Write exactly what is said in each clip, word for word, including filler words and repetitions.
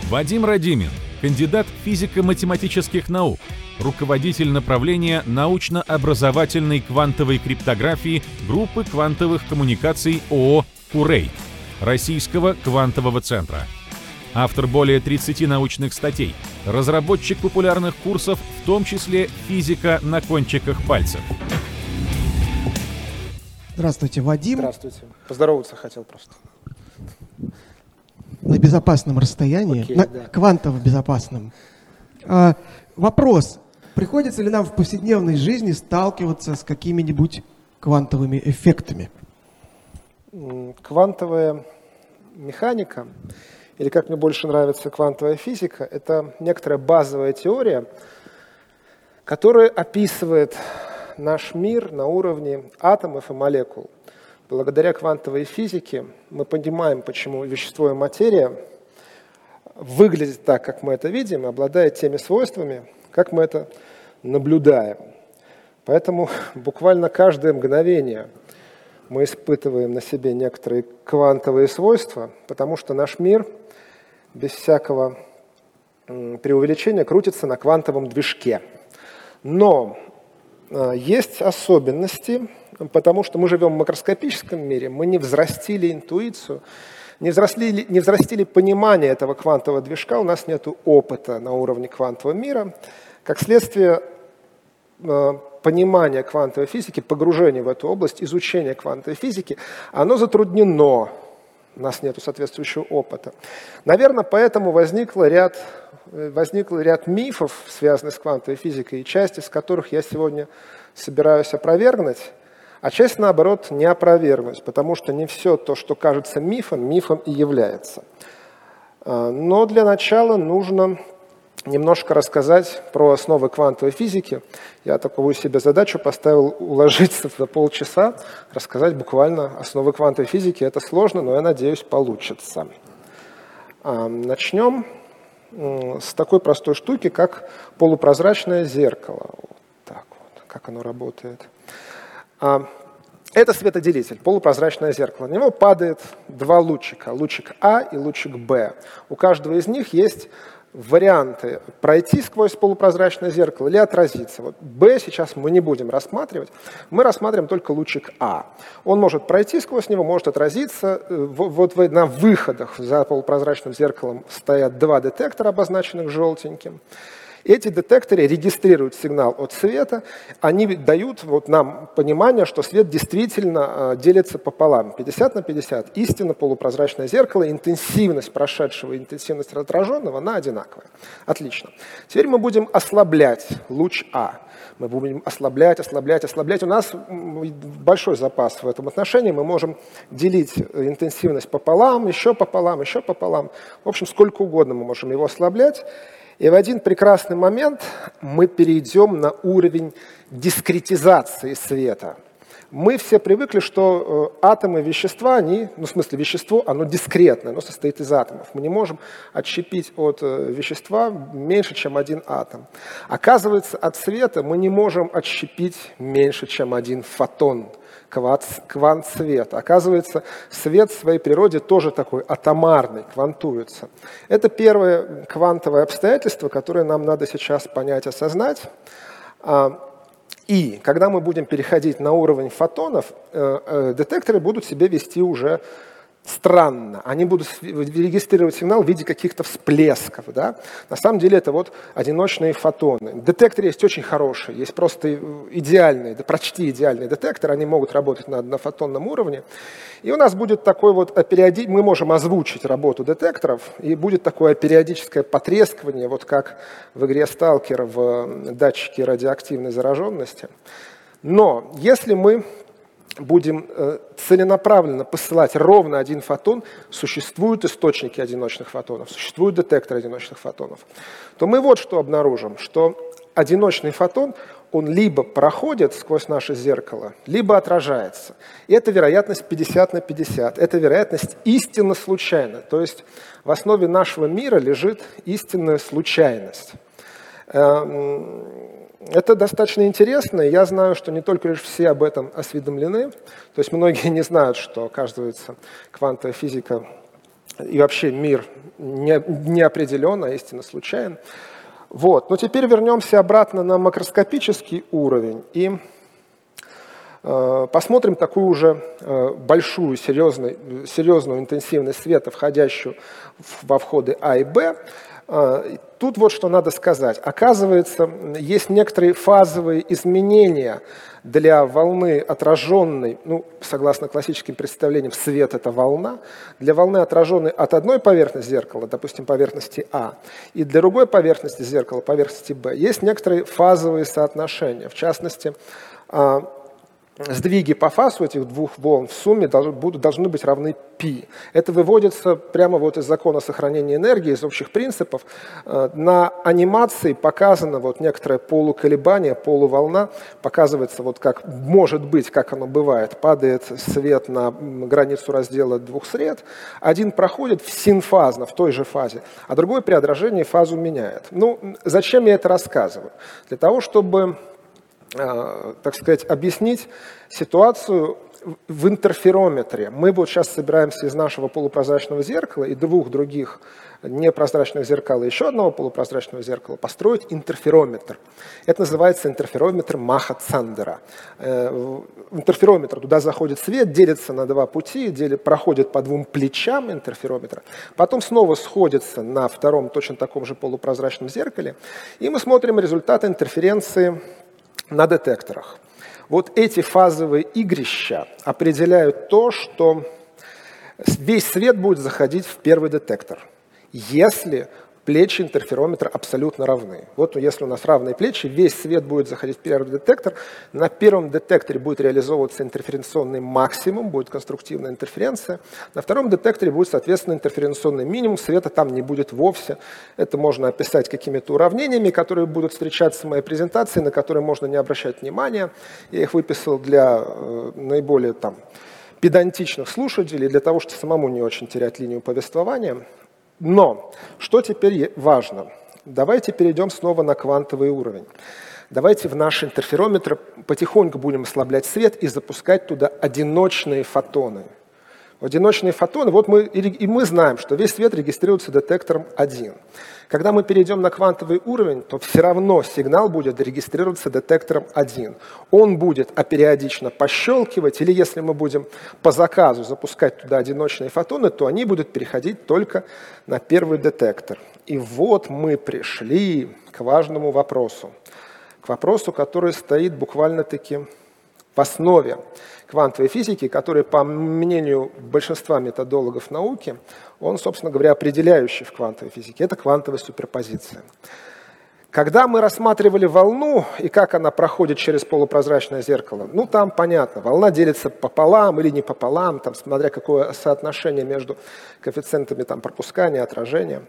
Вадим Радимин, кандидат физико-математических наук, руководитель направления научно-образовательной квантовой криптографии группы квантовых коммуникаций ООО «Курей» Российского квантового центра. Автор более тридцати научных статей, разработчик популярных курсов, в том числе «Физика на кончиках пальцев». Здравствуйте, Вадим. Здравствуйте. Поздороваться хотел просто. На безопасном расстоянии, Окей, на да. квантово безопасном. А, вопрос. Приходится ли нам в повседневной жизни сталкиваться с какими-нибудь квантовыми эффектами? Квантовая механика, или как мне больше нравится квантовая физика, это некоторая базовая теория, которая описывает наш мир на уровне атомов и молекул. Благодаря квантовой физике мы понимаем, почему вещество и материя выглядят так, как мы это видим, и обладают теми свойствами, как мы это наблюдаем. Поэтому буквально каждое мгновение мы испытываем на себе некоторые квантовые свойства, потому что наш мир без всякого преувеличения крутится на квантовом движке. Но есть особенности, потому что мы живем в макроскопическом мире, мы не взрастили интуицию, не взрастили, не взрастили понимание этого квантового движка, у нас нет опыта на уровне квантового мира. Как следствие, понимание квантовой физики, погружение в эту область, изучение квантовой физики, оно затруднено, у нас нет соответствующего опыта. Наверное, поэтому возникло ряд, возник ряд мифов, связанных с квантовой физикой, и часть из которых я сегодня собираюсь опровергнуть, а часть, наоборот, не опровергнуть, потому что не все то, что кажется мифом, мифом и является. Но для начала нужно немножко рассказать про основы квантовой физики. Я такую себе задачу поставил уложиться на полчаса, рассказать буквально основы квантовой физики. Это сложно, но я надеюсь, получится. Начнем с такой простой штуки, как полупрозрачное зеркало. Вот так вот, как оно работает. Это светоделитель, полупрозрачное зеркало. На него падает два лучика, лучик А и лучик Б. У каждого из них есть варианты пройти сквозь полупрозрачное зеркало или отразиться. Вот Б сейчас мы не будем рассматривать, мы рассматриваем только лучик А. Он может пройти сквозь него, может отразиться. Вот на выходах за полупрозрачным зеркалом стоят два детектора, обозначенных желтеньким. Эти детекторы регистрируют сигнал от света, они дают вот нам понимание, что свет действительно делится пополам, пятьдесят на пятьдесят. Истинно полупрозрачное зеркало, интенсивность прошедшего и интенсивность отраженного, она одинаковая. Отлично. Теперь мы будем ослаблять луч А. Мы будем ослаблять, ослаблять, ослаблять. У нас большой запас в этом отношении. Мы можем делить интенсивность пополам, еще пополам, еще пополам. В общем, сколько угодно мы можем его ослаблять. И в один прекрасный момент мы перейдем на уровень дискретизации света. Мы все привыкли, что атомы вещества, они, ну в смысле вещество, оно дискретное, оно состоит из атомов. Мы не можем отщепить от вещества меньше, чем один атом. Оказывается, от света мы не можем отщепить меньше, чем один фотон. Квант света. Оказывается, свет в своей природе тоже такой атомарный, квантуется. Это первое квантовое обстоятельство, которое нам надо сейчас понять, осознать. И когда мы будем переходить на уровень фотонов, детекторы будут себя вести уже странно. Они будут регистрировать сигнал в виде каких-то всплесков. Да? На самом деле это вот одиночные фотоны. Детекторы есть очень хорошие, есть просто идеальные, да почти идеальные детекторы, они могут работать на однофотонном уровне. И у нас будет такой вот, мы можем озвучить работу детекторов, и будет такое периодическое потрескивание, вот как в игре «Сталкер» в датчике радиоактивной зараженности. Но если мы будем целенаправленно посылать ровно один фотон, существуют источники одиночных фотонов, существуют детекторы одиночных фотонов, то мы вот что обнаружим, что одиночный фотон, он либо проходит сквозь наше зеркало, либо отражается. И это вероятность пятьдесят на пятьдесят, это вероятность истинно случайна, то есть в основе нашего мира лежит истинная случайность. Это достаточно интересно, и я знаю, что не только лишь все об этом осведомлены, то есть многие не знают, что, оказывается, квантовая физика и вообще мир не, не определен, а истинно случайен. Вот. Но теперь вернемся обратно на макроскопический уровень и э, посмотрим такую уже э, большую, серьезную, серьезную интенсивность света, входящую в, во входы А и Б. Э, тут вот что надо сказать. Оказывается, есть некоторые фазовые изменения для волны отраженной, ну, согласно классическим представлениям, свет — это волна, для волны, отраженной от одной поверхности зеркала, допустим, поверхности А, и для другой поверхности зеркала, поверхности Б, есть некоторые фазовые соотношения. В частности, сдвиги по фазу этих двух волн в сумме должны, будут, должны быть равны π. Это выводится прямо вот из закона сохранения энергии, из общих принципов. На анимации показано вот некоторое полуколебание, полуволна. Показывается, вот как может быть, как оно бывает. Падает свет на границу раздела двух сред. Один проходит в синфазно, в той же фазе, а другой при отражении фазу меняет. Ну, зачем я это рассказываю? Для того, чтобы, так сказать, объяснить ситуацию в интерферометре. Мы вот сейчас собираемся из нашего полупрозрачного зеркала и двух других непрозрачных зеркал и еще одного полупрозрачного зеркала построить интерферометр. Это называется интерферометр Маха-Цандера. В интерферометр туда заходит свет, делится на два пути, делит, проходит по двум плечам интерферометра, потом снова сходится на втором точно таком же полупрозрачном зеркале, и мы смотрим результаты интерференции на детекторах. Вот эти фазовые игрища определяют то, что весь свет будет заходить в первый детектор, если плечи интерферометра абсолютно равны. Вот если у нас равные плечи, весь свет будет заходить в первый детектор. На первом детекторе будет реализовываться интерференционный максимум, будет конструктивная интерференция. На втором детекторе будет, соответственно, интерференционный минимум. Света там не будет вовсе. Это можно описать какими-то уравнениями, которые будут встречаться в моей презентации, на которые можно не обращать внимания. Я их выписал для э, наиболее там, педантичных слушателей, для того, чтобы самому не очень терять линию повествования. Но что теперь важно? Давайте перейдем снова на квантовый уровень. Давайте в наш интерферометр потихоньку будем ослаблять свет и запускать туда одиночные фотоны. Одиночные фотоны, вот мы, и мы знаем, что весь свет регистрируется детектором один. Когда мы перейдем на квантовый уровень, то все равно сигнал будет регистрироваться детектором один. Он будет апериодично пощелкивать, или если мы будем по заказу запускать туда одиночные фотоны, то они будут переходить только на первый детектор. И вот мы пришли к важному вопросу. К вопросу, который стоит буквально-таки в основе квантовой физики, который, по мнению большинства методологов науки, он, собственно говоря, определяющий в квантовой физике. Это квантовая суперпозиция. Когда мы рассматривали волну и как она проходит через полупрозрачное зеркало, ну там понятно, волна делится пополам или не пополам, там, смотря какое соотношение между коэффициентами там, пропускания, отражения.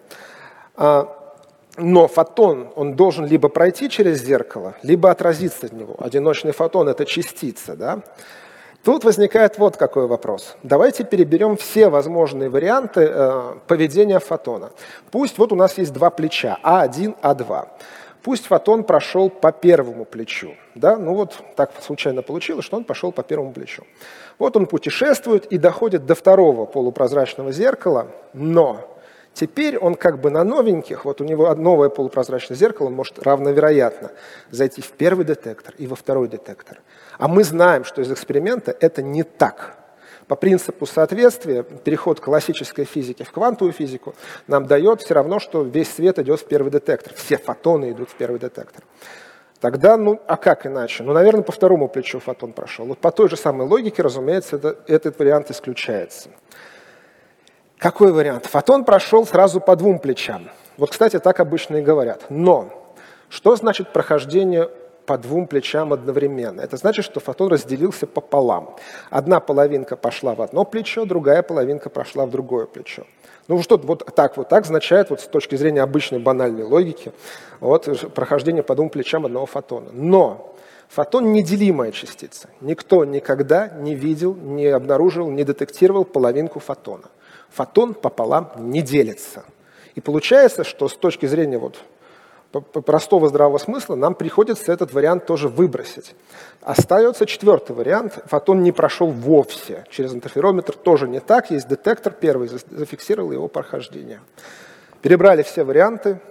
Но фотон, он должен либо пройти через зеркало, либо отразиться от него. Одиночный фотон — это частица, да? Тут возникает вот какой вопрос. Давайте переберем все возможные варианты э, поведения фотона. Пусть вот у нас есть два плеча, А один, А два. Пусть фотон прошел по первому плечу. Да? Ну вот так случайно получилось, что он пошел по первому плечу. Вот он путешествует и доходит до второго полупрозрачного зеркала, но теперь он как бы на новеньких, вот у него новое полупрозрачное зеркало, он может равновероятно зайти в первый детектор и во второй детектор. А мы знаем, что из эксперимента это не так. По принципу соответствия переход классической физики в квантовую физику нам дает все равно, что весь свет идет в первый детектор. Все фотоны идут в первый детектор. Тогда, ну, а как иначе? Ну, наверное, по второму плечу фотон прошел. Вот по той же самой логике, разумеется, это, этот вариант исключается. Какой вариант? Фотон прошел сразу по двум плечам. Вот, кстати, так обычно и говорят. Но что значит прохождение по двум плечам одновременно? Это значит, что фотон разделился пополам. Одна половинка пошла в одно плечо, другая половинка прошла в другое плечо. Ну что, вот так вот так означает вот с точки зрения обычной банальной логики вот, прохождение по двум плечам одного фотона. Но фотон — неделимая частица. Никто никогда не видел, не обнаружил, не детектировал половинку фотона. Фотон пополам не делится. И получается, что с точки зрения вот по, по простого здравого смысла нам приходится этот вариант тоже выбросить. Остается четвертый вариант. Фотон не прошел вовсе. Через интерферометр тоже не так. Есть детектор, первый зафиксировал его прохождение. Перебрали все варианты,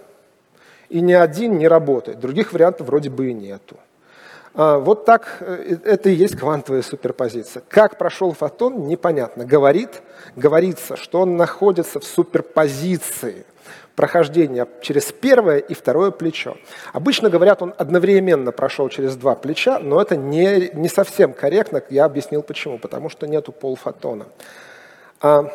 и ни один не работает. Других вариантов вроде бы и нету. Вот так это и есть квантовая суперпозиция. Как прошел фотон, непонятно. Говорит, говорится, что он находится в суперпозиции прохождения через первое и второе плечо. Обычно говорят, он одновременно прошел через два плеча, но это не, не совсем корректно. Я объяснил почему. Потому что нету полфотона. А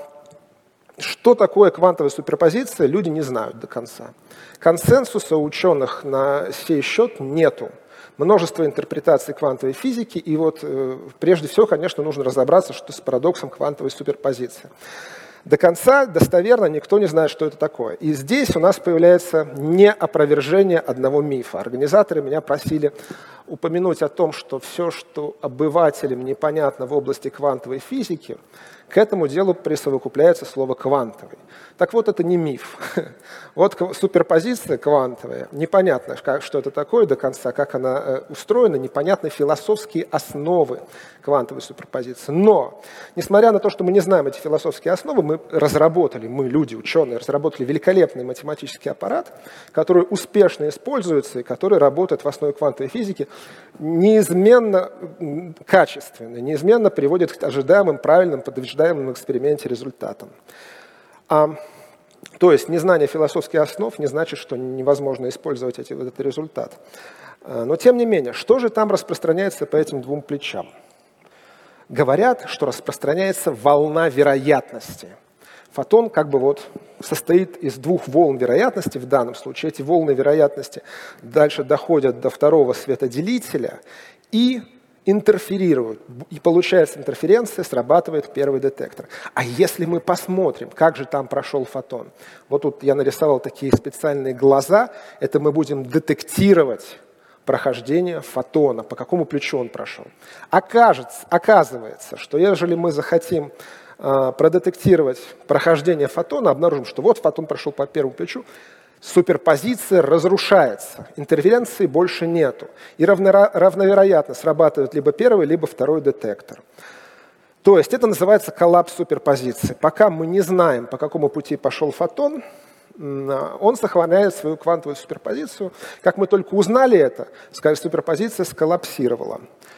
что такое квантовая суперпозиция, люди не знают до конца. Консенсуса у ученых на сей счет нету. Множество интерпретаций квантовой физики, и вот э, прежде всего, конечно, нужно разобраться, что с парадоксом квантовой суперпозиции. До конца достоверно никто не знает, что это такое. И здесь у нас появляется неопровержение одного мифа. Организаторы меня просили упомянуть о том, что все, что обывателям непонятно в области квантовой физики, к этому делу присовокупляется слово «квантовый». Так вот, это не миф. Вот суперпозиция квантовая, непонятно, что это такое до конца, как она устроена, непонятны философские основы квантовой суперпозиции. Но, несмотря на то, что мы не знаем эти философские основы, мы разработали, мы, люди, ученые, разработали великолепный математический аппарат, который успешно используется и который работает в основе квантовой физики, неизменно качественно, неизменно приводит к ожидаемым, правильным, подтверждаемым в эксперименте результатам. А, то есть незнание философских основ не значит, что невозможно использовать эти, вот этот результат. А, но тем не менее, что же там распространяется по этим двум плечам? Говорят, что распространяется волна вероятности. Фотон как бы вот состоит из двух волн вероятности в данном случае. Эти волны вероятности дальше доходят до второго светоделителя и интерферируют. И получается интерференция, срабатывает первый детектор. А если мы посмотрим, как же там прошел фотон? Вот тут я нарисовал такие специальные глаза. Это мы будем детектировать прохождение фотона, по какому плечу он прошел. Окажется, оказывается, что если мы захотим э, продетектировать прохождение фотона, обнаружим, что вот фотон прошел по первому плечу, суперпозиция разрушается, интерференции больше нету. И равновероятно срабатывает либо первый, либо второй детектор. То есть это называется коллапс суперпозиции. Пока мы не знаем, по какому пути пошел фотон, он сохраняет свою квантовую суперпозицию. Как мы только узнали это, скажем, суперпозиция сколлапсировала.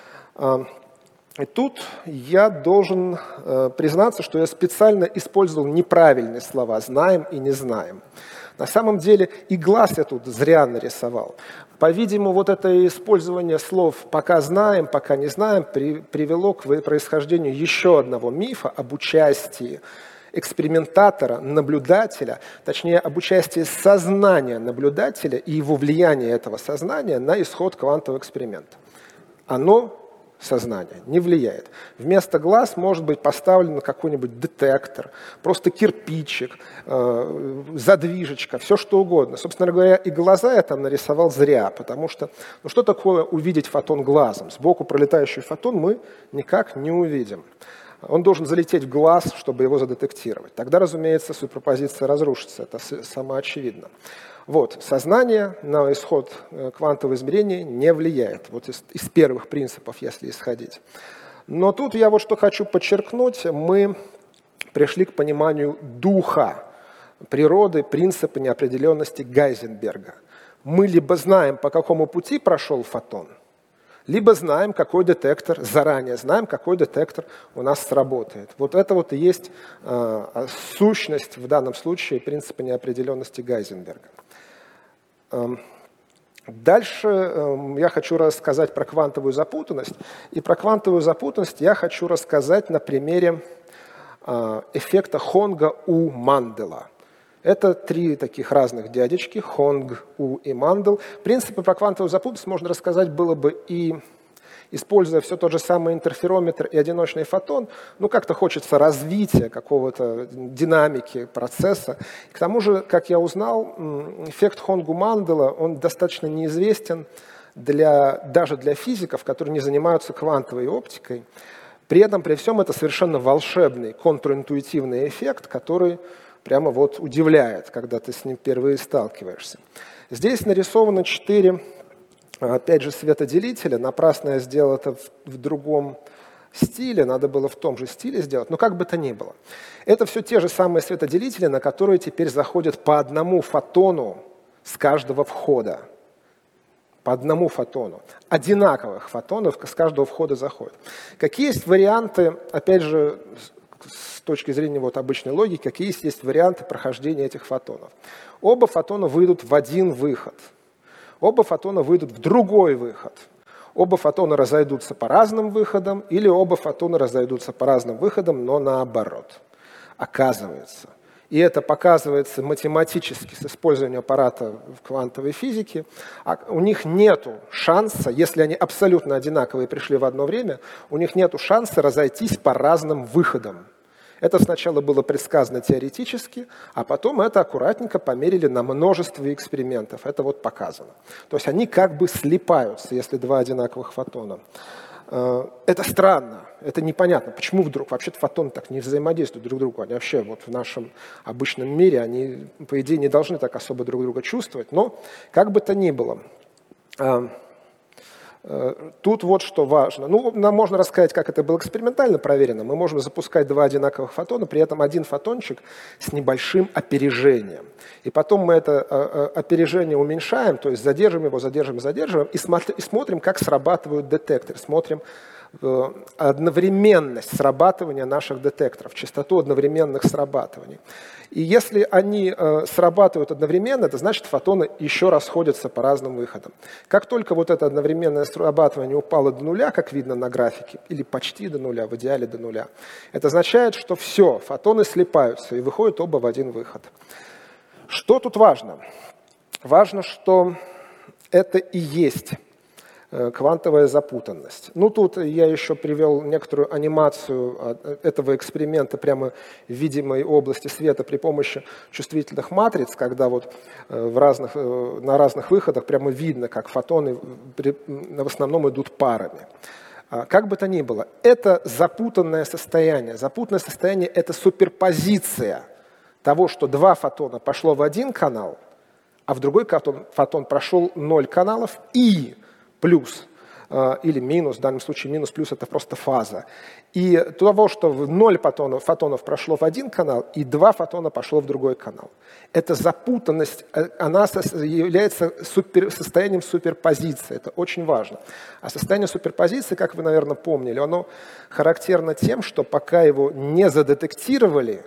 И тут я должен признаться, что я специально использовал неправильные слова «знаем» и «не знаем». На самом деле и глаз я тут зря нарисовал. По-видимому, вот это использование слов «пока знаем», «пока не знаем» при, привело к происхождению еще одного мифа об участии экспериментатора, наблюдателя, точнее, об участии сознания наблюдателя и его влияния этого сознания на исход квантового эксперимента. Оно, сознание, не влияет. Вместо глаз может быть поставлен какой-нибудь детектор, просто кирпичик, э, задвижечка, все что угодно. Собственно говоря, и глаза я там нарисовал зря, потому что ну, что такое увидеть фотон глазом? Сбоку пролетающий фотон мы никак не увидим. Он должен залететь в глаз, чтобы его задетектировать. Тогда, разумеется, суперпозиция разрушится, это самоочевидно. Вот, сознание на исход квантового измерения не влияет. Вот из, из первых принципов, если исходить. Но тут я вот что хочу подчеркнуть. Мы пришли к пониманию духа природы, принципа неопределенности Гайзенберга. Мы либо знаем, по какому пути прошел фотон, либо знаем, какой детектор, заранее знаем, какой детектор у нас сработает. Вот это вот и есть э, сущность в данном случае принципа неопределенности Гайзенберга. Э, дальше э, я хочу рассказать про квантовую запутанность. И про квантовую запутанность я хочу рассказать на примере э, эффекта Хонга у Мандела. Это три таких разных дядечки, Хонг, У и Мандел. Принципы про квантовую запутанность можно рассказать было бы и используя все тот же самый интерферометр и одиночный фотон. Ну, как-то хочется развития какого-то динамики процесса. К тому же, как я узнал, эффект Хонгу-Мандела, он достаточно неизвестен для, даже для физиков, которые не занимаются квантовой оптикой. При этом, при всем, это совершенно волшебный, контринтуитивный эффект, который прямо вот удивляет, когда ты с ним впервые сталкиваешься. Здесь нарисовано четыре, опять же, светоделителя. Напрасно я сделал это в, в другом стиле, надо было в том же стиле сделать, но как бы то ни было. Это все те же самые светоделители, на которые теперь заходят по одному фотону с каждого входа. По одному фотону. Одинаковых фотонов с каждого входа заходят. Какие есть варианты, опять же, с точки зрения вот обычной логики, какие есть варианты прохождения этих фотонов? Оба фотона выйдут в один выход. Оба фотона выйдут в другой выход. Оба фотона разойдутся по разным выходам, или оба фотона разойдутся по разным выходам, но наоборот. Оказывается. И это показывается математически с использованием аппарата в квантовой физике. А у них нет шанса, если они абсолютно одинаковые пришли в одно время, у них нет шанса разойтись по разным выходам. Это сначала было предсказано теоретически, а потом это аккуратненько померили на множестве экспериментов. Это вот показано. То есть они как бы слипаются, если два одинаковых фотона. Это странно, это непонятно. Почему вдруг? Вообще-то фотоны так не взаимодействуют друг к другу. Они вообще вот в нашем обычном мире, они, по идее, не должны так особо друг друга чувствовать. Но как бы то ни было, тут вот что важно. Ну, нам можно рассказать, как это было экспериментально проверено. Мы можем запускать два одинаковых фотона, при этом один фотончик с небольшим опережением. И потом мы это опережение уменьшаем, то есть задержим его, задержим, задерживаем, и смотрим, как срабатывают детекторы. Смотрим одновременность срабатывания наших детекторов, частоту одновременных срабатываний. И если они э, срабатывают одновременно, это значит, фотоны еще расходятся по разным выходам. Как только вот это одновременное срабатывание упало до нуля, как видно на графике, или почти до нуля, в идеале до нуля, это означает, что все, фотоны слипаются и выходят оба в один выход. Что тут важно? Важно, что это и есть квантовая запутанность. Ну, тут я еще привел некоторую анимацию этого эксперимента прямо в видимой области света при помощи чувствительных матриц, когда вот в разных, на разных выходах прямо видно, как фотоны в основном идут парами. Как бы то ни было, это запутанное состояние. Запутанное состояние – это суперпозиция того, что два фотона пошло в один канал, а в другой фотон, фотон прошел ноль каналов и плюс или минус, в данном случае минус плюс это просто фаза. И того, что ноль фотонов, фотонов прошло в один канал, и два фотона пошло в другой канал. Эта запутанность, она является супер, состоянием суперпозиции. Это очень важно. А состояние суперпозиции, как вы, наверное, помнили, оно характерно тем, что пока его не задетектировали,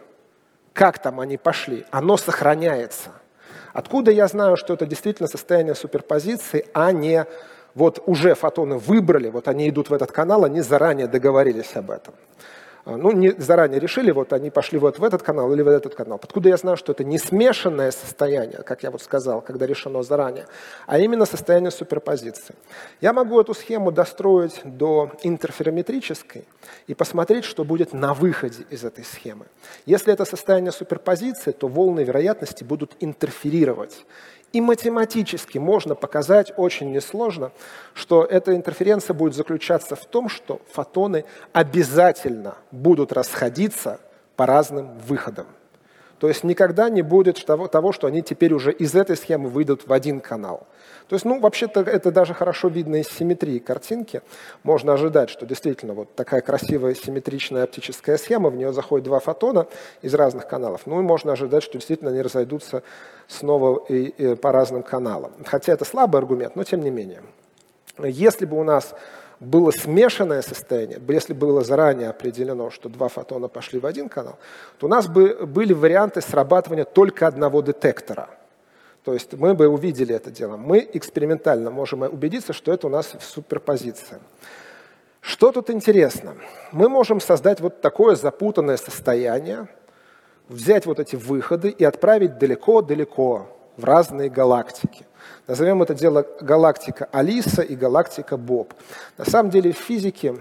как там они пошли, оно сохраняется. Откуда я знаю, что это действительно состояние суперпозиции, а не вот уже фотоны выбрали, вот они идут в этот канал, они заранее договорились об этом. Ну, не заранее решили, вот они пошли вот в этот канал или в этот канал. Откуда я знаю, что это не смешанное состояние, как я вот сказал, когда решено заранее, а именно состояние суперпозиции. Я могу эту схему достроить до интерферометрической и посмотреть, что будет на выходе из этой схемы. Если это состояние суперпозиции, то волны вероятности будут интерферировать. И математически можно показать очень несложно, что эта интерференция будет заключаться в том, что фотоны обязательно будут расходиться по разным выходам. То есть никогда не будет того, того, что они теперь уже из этой схемы выйдут в один канал. То есть, ну, вообще-то это даже хорошо видно из симметрии картинки. Можно ожидать, что действительно вот такая красивая симметричная оптическая схема, в нее заходят два фотона из разных каналов. Ну и можно ожидать, что действительно они разойдутся снова и, и по разным каналам. Хотя это слабый аргумент, но тем не менее. Если бы у нас было смешанное состояние, если было заранее определено, что два фотона пошли в один канал, то у нас бы были варианты срабатывания только одного детектора. То есть мы бы увидели это дело. Мы экспериментально можем убедиться, что это у нас в суперпозиции. Что тут интересно? Мы можем создать вот такое запутанное состояние, взять вот эти выходы и отправить далеко-далеко в разные галактики. Назовем это дело галактика Алиса и галактика Боб. На самом деле в физике,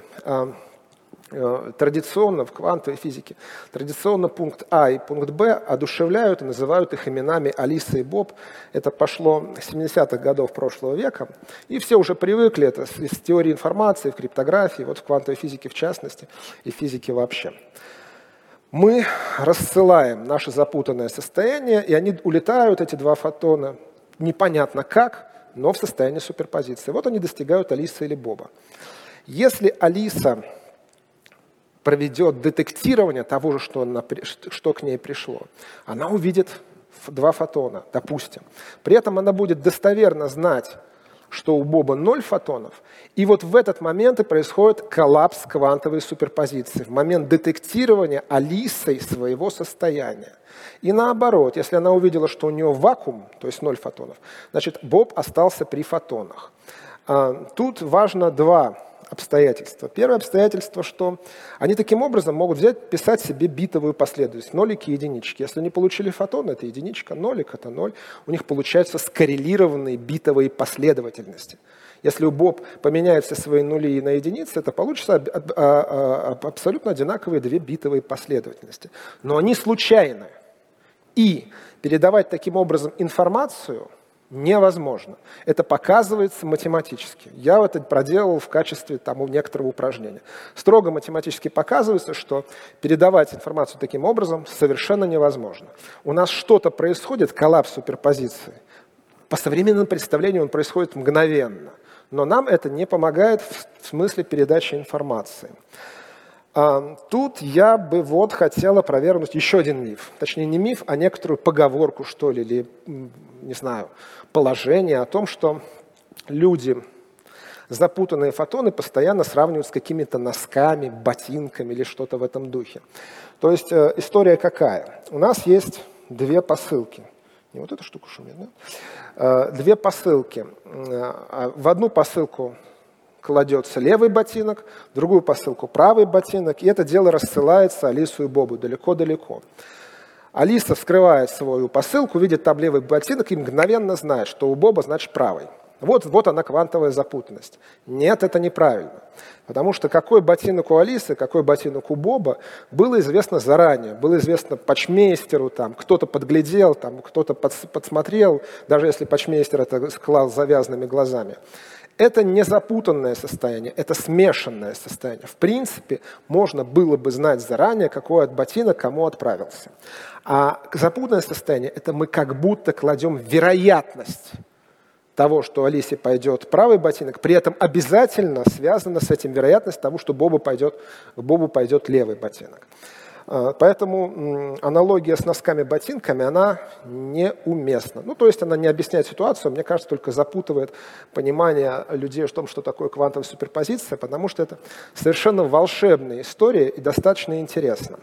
традиционно, в квантовой физике, традиционно пункт А и пункт Б одушевляют и называют их именами Алиса и Боб. Это пошло с семидесятых годов прошлого века. И все уже привыкли, это из теории информации, в криптографии, вот в квантовой физике в частности, и в физике вообще. Мы рассылаем наше запутанное состояние, и они улетают, эти два фотона, непонятно как, но в состоянии суперпозиции. Вот они достигают Алисы или Боба. Если Алиса проведет детектирование того же, что, она, что к ней пришло, она увидит два фотона, допустим. При этом она будет достоверно знать, что у Боба ноль фотонов, и вот в этот момент и происходит коллапс квантовой суперпозиции, в момент детектирования Алисой своего состояния. И наоборот, если она увидела, что у нее вакуум, то есть ноль фотонов, значит, Боб остался при фотонах. Тут важно два обстоятельства. Первое обстоятельство, что они таким образом могут взять, писать себе битовую последовательность, нолики и единички. Если они получили фотон, это единичка, нолик, это ноль. У них получаются скоррелированные битовые последовательности. Если у Боб поменяет все свои нули на единицы, это получится абсолютно одинаковые две битовые последовательности. Но они случайны. И передавать таким образом информацию невозможно. Это показывается математически. Я это проделал в качестве там, некоторого упражнения. Строго математически показывается, что передавать информацию таким образом совершенно невозможно. У нас что-то происходит, коллапс суперпозиции. По современному представлению он происходит мгновенно. Но нам это не помогает в смысле передачи информации. Тут я бы вот хотела опровергнуть еще один миф. Точнее, не миф, а некоторую поговорку, что ли, или, не знаю, положение о том, что люди, запутанные фотоны, постоянно сравнивают с какими-то носками, ботинками или что-то в этом духе. То есть э, история какая? У нас есть две посылки. Не вот эта штука шумит, да? Э, две посылки. Э, в одну посылку кладется левый ботинок, в другую посылку правый ботинок, и это дело рассылается Алису и Бобу далеко-далеко. Алиса вскрывает свою посылку, видит там левый ботинок и мгновенно знает, что у Боба значит правый. Вот, вот она квантовая запутанность. Нет, это неправильно. Потому что какой ботинок у Алисы, какой ботинок у Боба, было известно заранее. Было известно почмейстеру, там, кто-то подглядел, там, кто-то подсмотрел, даже если почмейстер это клал с завязанными глазами. Это не запутанное состояние, это смешанное состояние. В принципе, можно было бы знать заранее, какой от ботинок кому отправился. А запутанное состояние – это мы как будто кладем вероятность того, что Алисе пойдет правый ботинок, при этом обязательно связана с этим вероятность того, что Бобу пойдет, Бобу пойдет левый ботинок. Поэтому аналогия с носками-ботинками, она неуместна. Ну, то есть она не объясняет ситуацию, мне кажется, только запутывает понимание людей в том, что такое квантовая суперпозиция, потому что это совершенно волшебная история и достаточно интересна.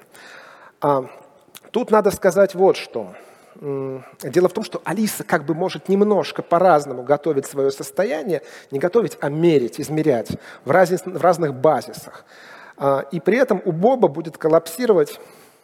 Тут надо сказать вот что. Дело в том, что Алиса как бы может немножко по-разному готовить свое состояние, не готовить, а мерить, измерять в, разниц, в разных базисах. И при этом у Боба будет коллапсировать,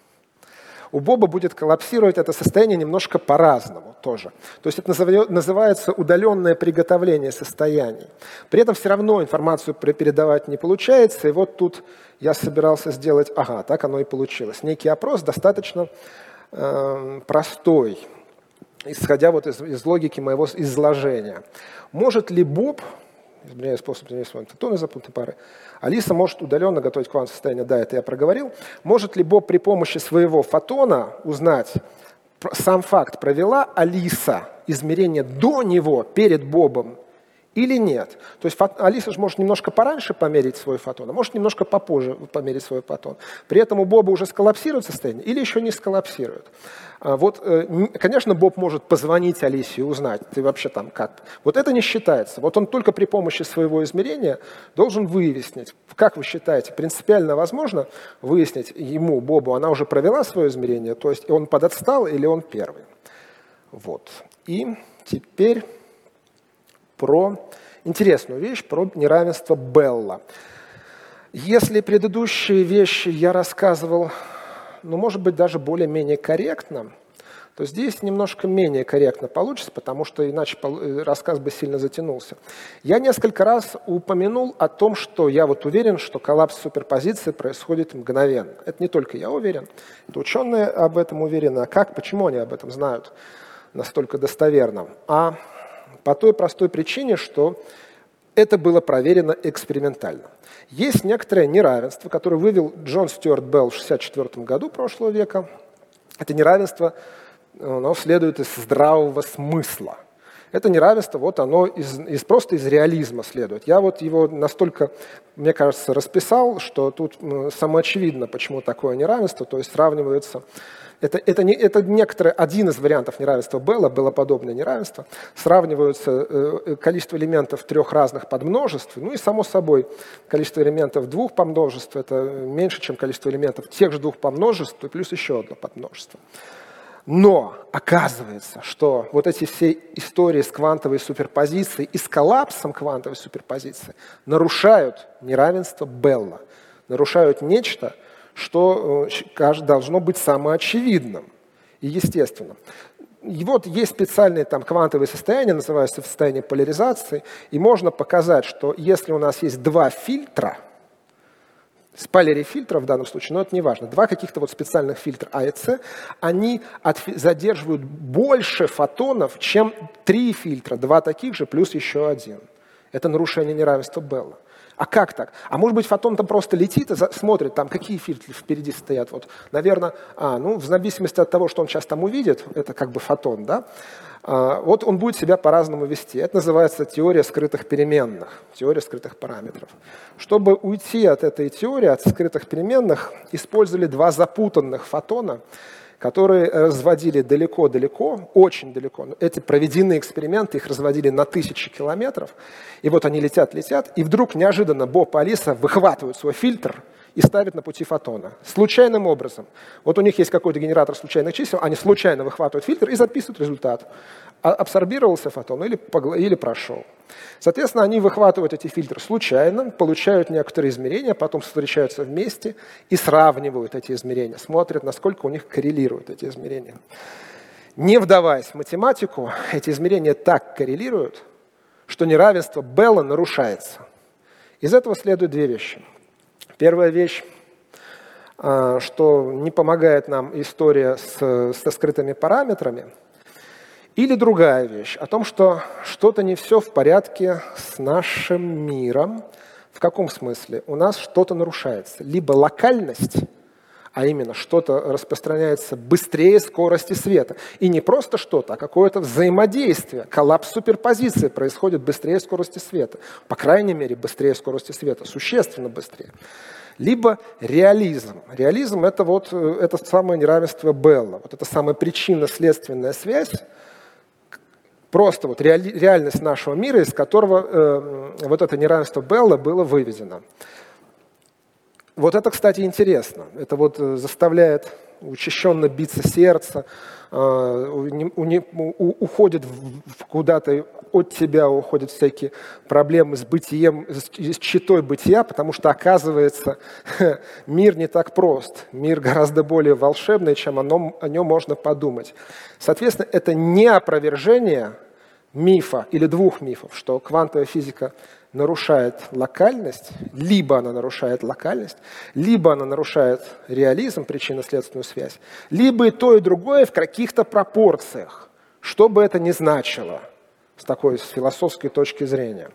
у Боба будет коллапсировать это состояние немножко по-разному тоже. То есть это называется удаленное приготовление состояний. При этом все равно информацию передавать не получается. И вот тут я собирался сделать, ага, так оно и получилось. Некий опрос достаточно э, простой, исходя вот из, из логики моего изложения. Может ли Боб, изменяя способ взаимодействия фотоны запутанной пары, Алиса может удаленно готовить квантовое состояние, да, это я проговорил. Может ли Боб при помощи своего фотона узнать, сам факт, провела Алиса измерение до него, перед Бобом, или нет? То есть Алиса же может немножко пораньше померить свой фотон, а может немножко попозже померить свой фотон. При этом у Боба уже сколлапсирует состояние или еще не сколлапсирует. Вот, конечно, Боб может позвонить Алисе и узнать, ты вообще там как. Вот это не считается. Вот он только при помощи своего измерения должен выяснить, как вы считаете, принципиально возможно выяснить ему, Бобу, она уже провела свое измерение, то есть он подотстал или он первый. Вот. И теперь про интересную вещь, про неравенство Белла. Если предыдущие вещи я рассказывал, ну, может быть, даже более-менее корректно, то здесь немножко менее корректно получится, потому что иначе рассказ бы сильно затянулся. Я несколько раз упомянул о том, что я вот уверен, что коллапс суперпозиции происходит мгновенно. Это не только я уверен, это ученые об этом уверены. А как, почему они об этом знают настолько достоверно? А по той простой причине, что Это было проверено экспериментально. Есть некоторое неравенство, которое вывел Джон Стюарт Белл в шестьдесят четвёртом году прошлого века. Это неравенство, оно следует из здравого смысла. Это неравенство, вот оно из, из, просто из реализма следует. Я вот его настолько, мне кажется, расписал, что тут самоочевидно, почему такое неравенство, то есть сравниваются. Это, это, не, это некоторые, один из вариантов неравенства Белла, беллоподобное неравенство, сравниваются э, количество элементов трех разных подмножеств, ну и, само собой, количество элементов двух подмножеств, это меньше, чем количество элементов тех же двух подмножеств, и плюс еще одно подмножество. Но оказывается, что вот эти все истории с квантовой суперпозицией и с коллапсом квантовой суперпозиции нарушают неравенство Белла, нарушают нечто, что должно быть самоочевидным и естественным. И вот есть специальные там квантовые состояния, называются состояние поляризации, и можно показать, что если у нас есть два фильтра, спалери фильтра в данном случае, но это не важно, два каких-то вот специальных фильтра А и С, они задерживают больше фотонов, чем три фильтра, два таких же плюс еще один. Это нарушение неравенства Белла. А как так? А может быть, фотон там просто летит и смотрит, там какие фильтры впереди стоят. Вот, наверное, а, ну, в зависимости от того, что он сейчас там увидит, это как бы фотон, да, а, вот он будет себя по-разному вести. Это называется теория скрытых переменных, теория скрытых параметров. Чтобы уйти от этой теории, от скрытых переменных, использовали два запутанных фотона, которые разводили далеко-далеко, очень далеко. Эти проведенные эксперименты, их разводили на тысячи километров. И вот они летят-летят, и вдруг неожиданно Боб и Алиса выхватывают свой фильтр и ставят на пути фотона. Случайным образом. Вот у них есть какой-то генератор случайных чисел, они случайно выхватывают фильтр и записывают результат. Абсорбировался фотон или, или прошел. Соответственно, они выхватывают эти фильтры случайно, получают некоторые измерения, потом встречаются вместе и сравнивают эти измерения, смотрят, насколько у них коррелируют эти измерения. Не вдаваясь в математику, эти измерения так коррелируют, что неравенство Белла нарушается. Из этого следуют две вещи. Первая вещь, что не помогает нам история с, со скрытыми параметрами. Или другая вещь, о том, что что-то не все в порядке с нашим миром. В каком смысле? У нас что-то нарушается. Либо локальность, а именно что-то распространяется быстрее скорости света. И не просто что-то, а какое-то взаимодействие. Коллапс суперпозиции происходит быстрее скорости света. По крайней мере, быстрее скорости света, существенно быстрее. Либо реализм. Реализм – это вот это самое неравенство Белла. Вот это самая причинно-следственная связь, просто вот реали, реальность нашего мира, из которого э, вот это неравенство Белла было выведено. Вот это, кстати, интересно. Это вот заставляет учащенно биться сердце, э, у, у, уходит в, куда-то от тебя, уходят всякие проблемы с бытием, с, с читой бытия, потому что, оказывается, мир не так прост. Мир гораздо более волшебный, чем оно, о нем можно подумать. Соответственно, это не опровержение мифа или двух мифов, что квантовая физика нарушает локальность, либо она нарушает локальность, либо она нарушает реализм, причинно-следственную связь, либо и то, и другое в каких-то пропорциях, что бы это ни значило с такой с философской точки зрения.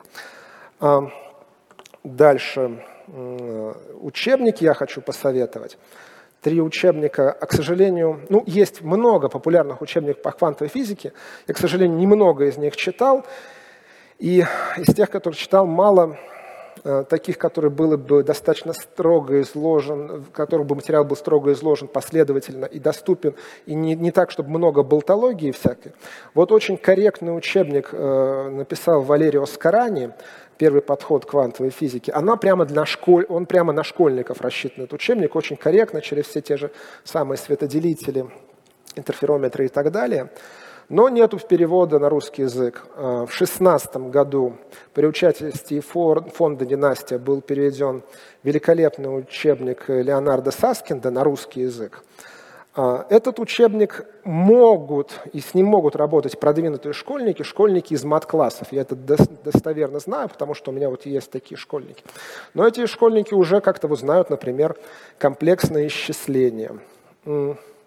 Дальше учебники я хочу посоветовать. Три учебника, а, к сожалению, ну, есть много популярных учебников по квантовой физике, я, к сожалению, немного из них читал, и из тех, которые читал, мало э, таких, которые были бы достаточно строго изложен, в которых бы материал был строго изложен, последовательно и доступен, и не, не так, чтобы много болтологии всякой. Вот очень корректный учебник э, написал Валерио Скарани, «Первый подход к квантовой физике». Она прямо для школь... Он прямо на школьников рассчитан, этот учебник, очень корректно, через все те же самые светоделители, интерферометры и так далее. Но нету перевода на русский язык. В две тысячи шестнадцатом году при участии фонда «Династия» был переведен великолепный учебник Леонардо Саскинда на русский язык. Этот учебник могут, и с ним могут работать продвинутые школьники, школьники из мат-классов. Я это достоверно знаю, потому что у меня вот есть такие школьники. Но эти школьники уже как-то вот знают, например, комплексное исчисление.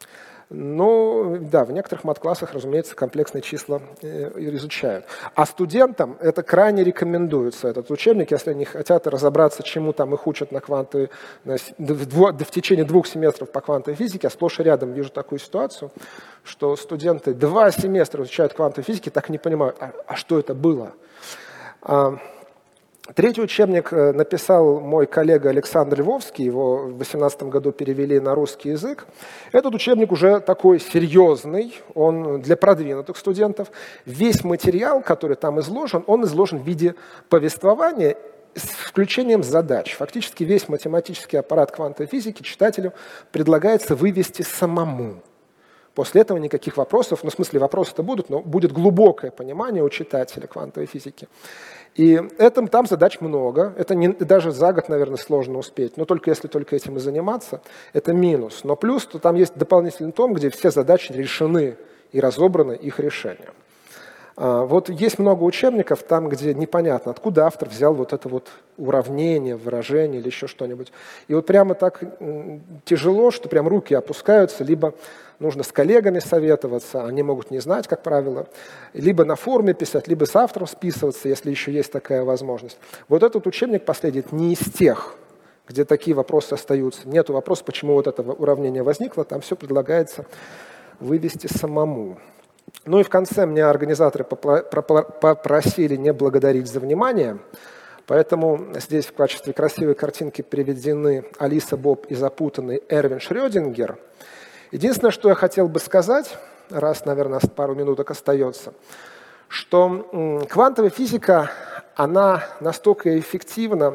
Но да, в некоторых мат-классах, разумеется, комплексные числа э, изучают. А студентам это крайне рекомендуется, этот учебник, если они хотят разобраться, чему там их учат на квантовой, на, в, в течение двух семестров по квантовой физике. Я сплошь и рядом вижу такую ситуацию, что студенты два семестра изучают квантовую физику, так и не понимают, а, а что это было. А, Третий учебник написал мой коллега Александр Львовский, его в две тысячи восемнадцатом году перевели на русский язык. Этот учебник уже такой серьезный, он для продвинутых студентов. Весь материал, который там изложен, он изложен в виде повествования с включением задач. Фактически весь математический аппарат квантовой физики читателю предлагается вывести самому. После этого никаких вопросов, ну в смысле вопросы-то будут, но будет глубокое понимание у читателя квантовой физики. И этом, там задач много, это не, даже за год, наверное, сложно успеть, но только если только этим и заниматься, это минус. Но плюс, то там есть дополнительный том, где все задачи решены и разобраны их решением. А, вот есть много учебников там, где непонятно, откуда автор взял вот это вот уравнение, выражение или еще что-нибудь. И вот прямо так тяжело, что прям руки опускаются, либо нужно с коллегами советоваться, они могут не знать, как правило, либо на форуме писать, либо с автором списываться, если еще есть такая возможность. Вот этот учебник последний не из тех, где такие вопросы остаются. Нету вопроса, почему вот это уравнение возникло, там все предлагается вывести самому. Ну и в конце меня организаторы попросили не благодарить за внимание, поэтому здесь в качестве красивой картинки приведены Алиса Боб и запутанный Эрвин Шрёдингер. Единственное, что я хотел бы сказать, раз, наверное, пару минуток остается, что квантовая физика, она настолько эффективна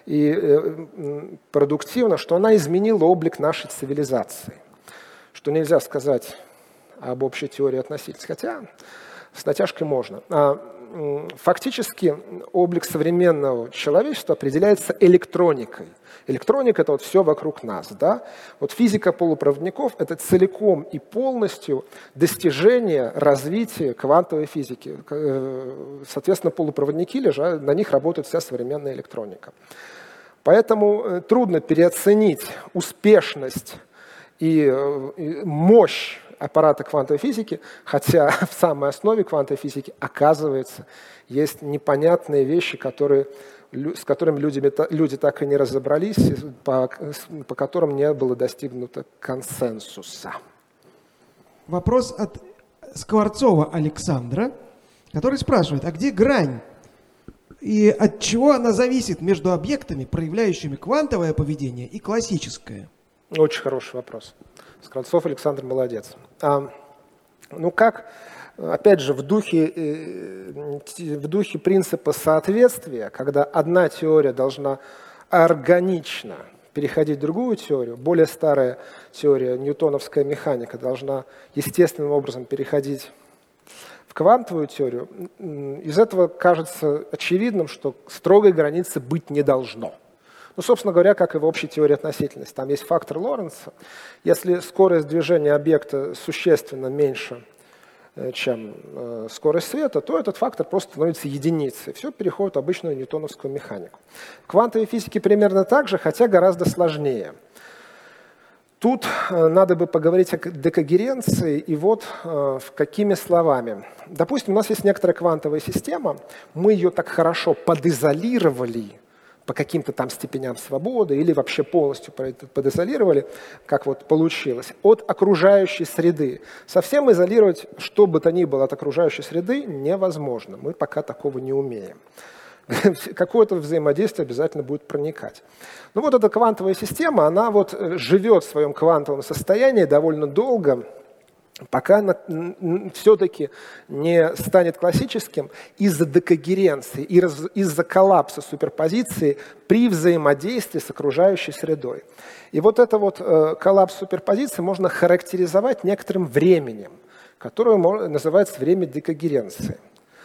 и продуктивна, что она изменила облик нашей цивилизации. Что нельзя сказать об общей теории относительности, хотя с натяжкой можно. Фактически облик современного человечества определяется электроникой. Электроника – это вот все вокруг нас. Да? Вот физика полупроводников – это целиком и полностью достижение развития квантовой физики. Соответственно, полупроводники лежат, на них работает вся современная электроника. Поэтому трудно переоценить успешность и мощь аппарата квантовой физики, хотя в самой основе квантовой физики, оказывается, есть непонятные вещи, которые, с которыми люди, люди так и не разобрались, по, по которым не было достигнуто консенсуса. Вопрос от Скворцова Александра, который спрашивает, а где грань? И от чего она зависит между объектами, проявляющими квантовое поведение, и классическое? Очень хороший вопрос. Скворцов Александр молодец. А, ну как, опять же, в духе, в духе принципа соответствия, когда одна теория должна органично переходить в другую теорию, более старая теория, ньютоновская механика, должна естественным образом переходить в квантовую теорию, из этого кажется очевидным, что строгой границы быть не должно. Ну, собственно говоря, как и в общей теории относительности. Там есть фактор Лоренца. Если скорость движения объекта существенно меньше, чем э, скорость света, то этот фактор просто становится единицей. Все переходит в обычную ньютоновскую механику. В квантовой физике примерно так же, хотя гораздо сложнее. Тут э, надо бы поговорить о декогеренции, и вот э, какими словами. Допустим, у нас есть некоторая квантовая система, мы ее так хорошо подизолировали по каким-то там степеням свободы или вообще полностью подизолировали, как вот получилось, от окружающей среды. Совсем изолировать что бы то ни было от окружающей среды невозможно. Мы пока такого не умеем. Какое-то взаимодействие обязательно будет проникать. Ну вот эта квантовая система, она вот живет в своем квантовом состоянии довольно долго, пока она все-таки не станет классическим из-за декогеренции, из-за коллапса суперпозиции при взаимодействии с окружающей средой. И вот это вот коллапс суперпозиции можно характеризовать некоторым временем, которое называется время декогеренции.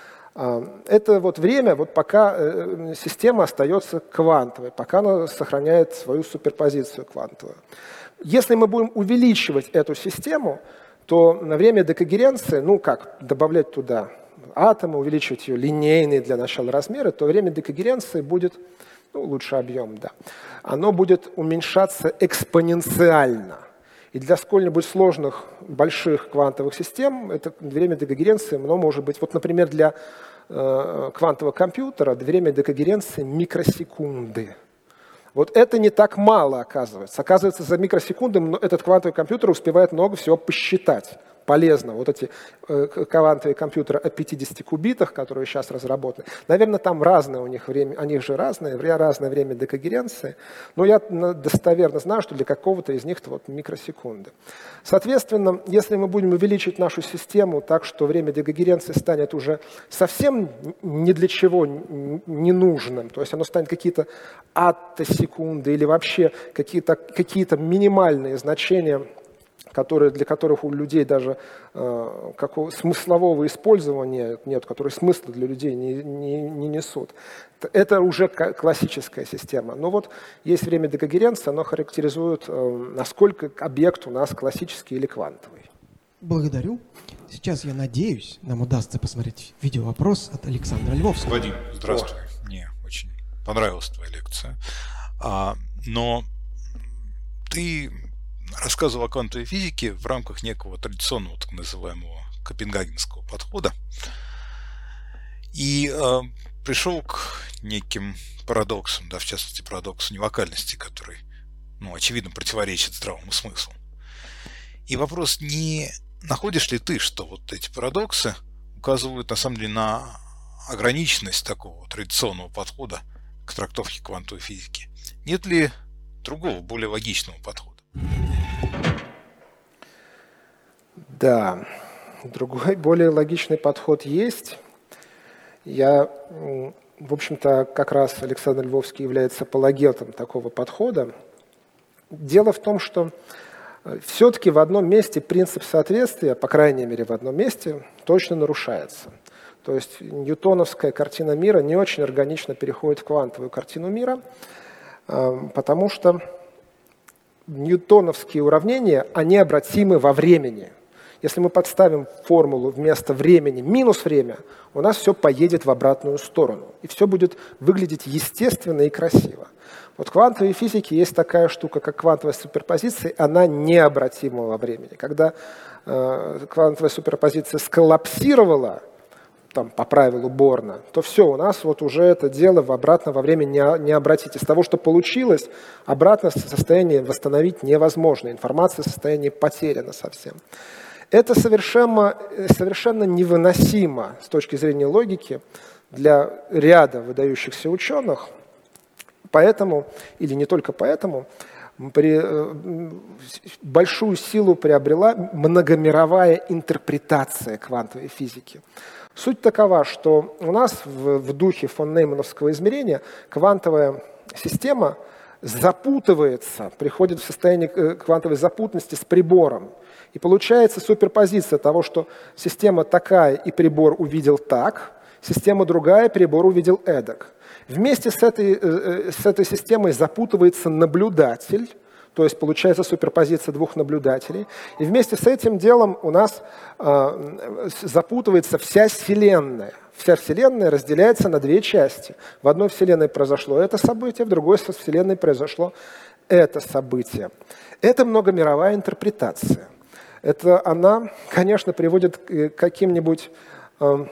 Это вот время, вот пока система остается квантовой, пока она сохраняет свою суперпозицию квантовую. Если мы будем увеличивать эту систему, то на время декогеренции, ну как, добавлять туда атомы, увеличивать ее линейные для начала размеры, то время декогеренции будет, ну лучше объем, да, оно будет уменьшаться экспоненциально. И для сколь-нибудь сложных, больших квантовых систем это время декогеренции оно может быть, вот, например, для э, квантового компьютера время декогеренции микросекунды. Вот это не так мало, оказывается. Оказывается, за микросекунды этот квантовый компьютер успевает много всего посчитать. Полезно. Вот эти э, квантовые компьютеры о пятидесяти кубитах, которые сейчас разработаны, наверное, там разное у них время, у них же разное, разное время декогеренции, но я достоверно знаю, что для какого-то из них это вот микросекунды. Соответственно, если мы будем увеличить нашу систему так, что время декогеренции станет уже совсем ни для чего ненужным, то есть оно станет какие-то аттосекунды или вообще какие-то, какие-то минимальные значения, которые, для которых у людей даже э, какого, смыслового использования нет, которые смысла для людей не, не, не несут. Это уже классическая система. Но вот есть время декогеренции, оно характеризует, э, насколько объект у нас классический или квантовый. Благодарю. Сейчас, я надеюсь, нам удастся посмотреть видеовопрос от Александра Львовского. Вадим, здравствуй. О. Мне очень понравилась твоя лекция. А, но ты рассказывал о квантовой физике в рамках некого традиционного, так называемого, копенгагенского подхода. И э, пришел к неким парадоксам, да, в частности, парадоксу невокальности, который, ну, очевидно, противоречит здравому смыслу. И вопрос, не находишь ли ты, что вот эти парадоксы указывают, на самом деле, на ограниченность такого традиционного подхода к трактовке квантовой физики? Нет ли другого, более логичного подхода? Да, другой, более логичный подход есть. Я, в общем-то, как раз Александр Львовский является апологетом такого подхода. Дело в том, что все-таки в одном месте принцип соответствия, по крайней мере в одном месте, точно нарушается. То есть ньютоновская картина мира не очень органично переходит в квантовую картину мира, потому что ньютоновские уравнения, они обратимы во времени. Если мы подставим формулу вместо времени минус время, у нас все поедет в обратную сторону. И все будет выглядеть естественно и красиво. Вот в квантовой физике есть такая штука, как квантовая суперпозиция, она необратима во времени. Когда э, квантовая суперпозиция сколлапсировала, там, по правилу Борна, то все, у нас вот уже это дело в обратно во время не, не обратить. Из того, что получилось, обратно состояние восстановить невозможно. Информация в состоянии потеряна совсем. Это совершенно, совершенно невыносимо с точки зрения логики для ряда выдающихся ученых. Поэтому, или не только поэтому, при, большую силу приобрела многомировая интерпретация квантовой физики. Суть такова, что у нас в, в духе фон Неймановского измерения квантовая система запутывается, приходит в состояние квантовой запутанности с прибором. И получается суперпозиция того, что система такая и прибор увидел так, система другая, прибор увидел эдак. Вместе с этой, с этой системой запутывается наблюдатель, то есть получается суперпозиция двух наблюдателей. И вместе с этим делом у нас э, запутывается вся Вселенная. Вся Вселенная разделяется на две части. В одной Вселенной произошло это событие, в другой Вселенной произошло это событие. Это многомировая интерпретация. Это она, конечно, приводит к каким-нибудь э,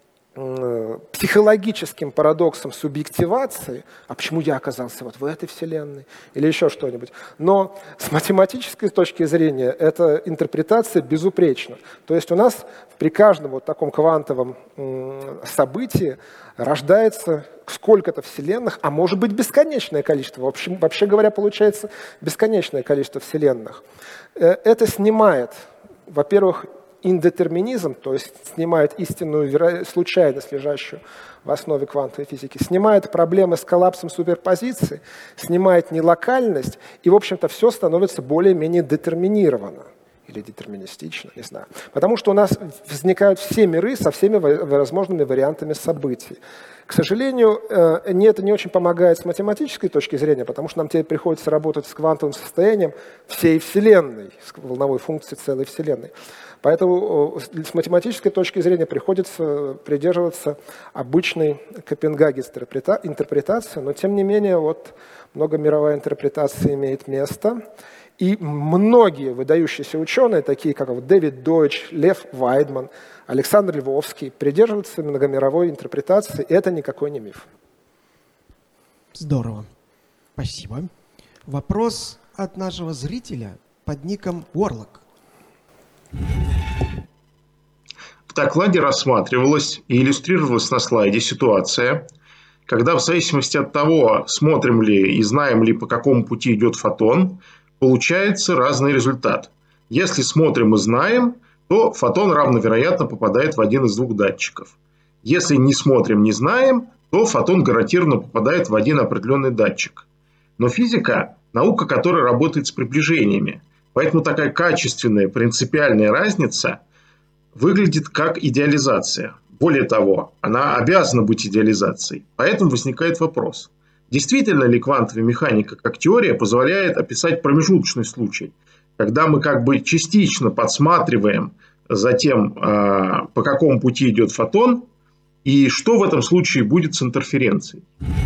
психологическим парадоксом субъективации, а почему я оказался вот в этой вселенной, или еще что-нибудь. Но с математической точки зрения эта интерпретация безупречна. То есть у нас при каждом вот таком квантовом событии рождается сколько-то вселенных, а может быть бесконечное количество. В общем, вообще говоря, получается бесконечное количество вселенных. Это снимает, во-первых, индетерминизм, то есть снимает истинную случайность, лежащую в основе квантовой физики, снимает проблемы с коллапсом суперпозиции, снимает нелокальность, и, в общем-то, все становится более-менее детерминировано. Или детерминистично, не знаю. Потому что у нас возникают все миры со всеми возможными вариантами событий. К сожалению, это не очень помогает с математической точки зрения, потому что нам теперь приходится работать с квантовым состоянием всей Вселенной, с волновой функцией целой Вселенной. Поэтому с математической точки зрения приходится придерживаться обычной копенгагенской интерпретации, но тем не менее вот многомировая интерпретация имеет место. И многие выдающиеся ученые, такие как вот Дэвид Дойч, Лев Вайдман, Александр Львовский, придерживаются многомировой интерпретации, и это никакой не миф. Здорово. Спасибо. Вопрос от нашего зрителя под ником Warlock. В докладе рассматривалась и иллюстрировалась на слайде ситуация, когда в зависимости от того, смотрим ли и знаем ли, по какому пути идет фотон, получается разный результат. Если смотрим и знаем, то фотон равновероятно попадает в один из двух датчиков. Если не смотрим, не знаем, то фотон гарантированно попадает в один определенный датчик. Но физика – наука, которая работает с приближениями. Поэтому такая качественная принципиальная разница выглядит как идеализация. Более того, она обязана быть идеализацией. Поэтому возникает вопрос. Действительно ли квантовая механика как теория позволяет описать промежуточный случай, когда мы как бы частично подсматриваем за тем, по какому пути идет фотон, и что в этом случае будет с интерференцией?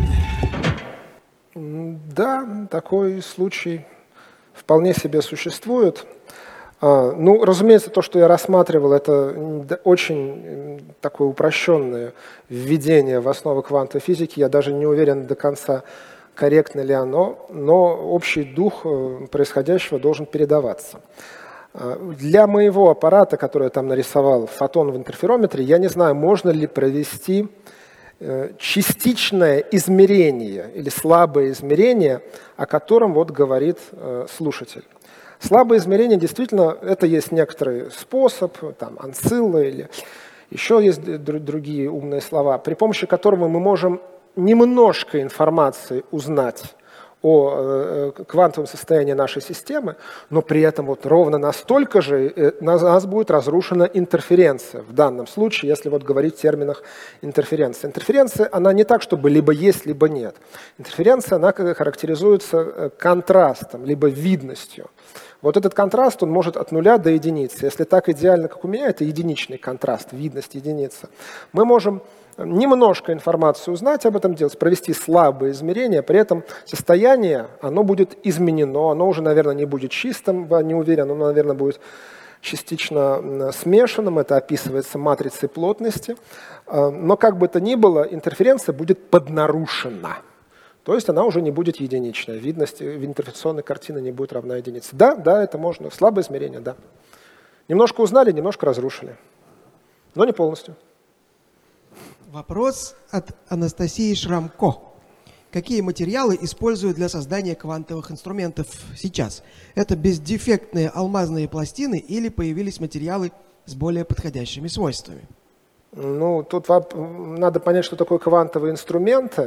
Да, такой случай вполне себе существует. Ну, разумеется, то, что я рассматривал, это очень такое упрощенное введение в основы квантовой физики. Я даже не уверен до конца, корректно ли оно, но общий дух происходящего должен передаваться. Для моего аппарата, который я там нарисовал, фотон в интерферометре, я не знаю, можно ли провести частичное измерение или слабое измерение, о котором вот говорит слушатель. Слабое измерение действительно, это есть некоторый способ, там, Анцилла или еще есть другие умные слова, при помощи которого мы можем немножко информации узнать о квантовом состоянии нашей системы, но при этом вот ровно настолько же у нас будет разрушена интерференция. В данном случае, если вот говорить в терминах интерференции. Интерференция, она не так, чтобы либо есть, либо нет. Интерференция, она характеризуется контрастом, либо видностью. Вот этот контраст, он может от нуля до единицы. Если так идеально, как у меня, это единичный контраст, видность единица. Мы можем немножко информации узнать об этом делать, провести слабые измерения, при этом состояние, оно будет изменено, оно уже, наверное, не будет чистым, я не уверен, оно, наверное, будет частично смешанным, это описывается матрицей плотности, но как бы то ни было, интерференция будет поднарушена. То есть она уже не будет единичной, видность интерференционной картины не будет равна единице. Да, да, это можно, слабое измерение, да. Немножко узнали, немножко разрушили, но не полностью. Вопрос от Анастасии Шрамко. Какие материалы используют для создания квантовых инструментов сейчас? Это бездефектные алмазные пластины или появились материалы с более подходящими свойствами? Ну, тут надо понять, что такое квантовые инструменты.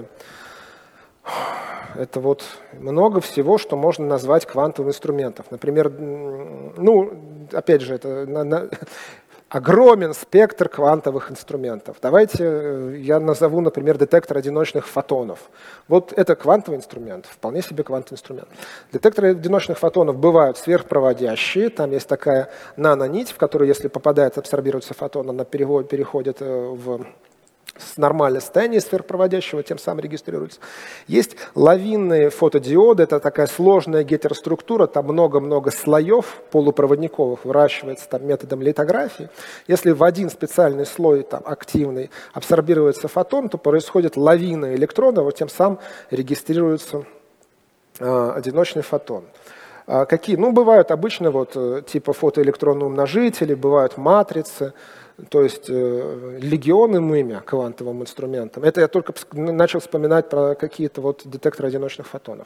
Это вот много всего, что можно назвать квантовым инструментом. Например, ну, опять же, это... На, на, огромен спектр квантовых инструментов. Давайте я назову, например, детектор одиночных фотонов. Вот это квантовый инструмент, вполне себе квантовый инструмент. Детекторы одиночных фотонов бывают сверхпроводящие, там есть такая нанонить, в которую, если попадает, абсорбируется фотон, она переходит в нормальное состояние сверхпроводящего, тем самым регистрируется. Есть лавинные фотодиоды, это такая сложная гетероструктура, там много-много слоев полупроводниковых выращивается там, методом литографии. Если в один специальный слой там, активный абсорбируется фотон, то происходит лавина электронов, вот тем самым регистрируется э, одиночный фотон. А какие? Ну, бывают обычно вот, типа фотоэлектронные умножители, бывают матрицы, то есть э, легионным имя квантовым инструментам. Это я только начал вспоминать про какие-то вот детекторы одиночных фотонов.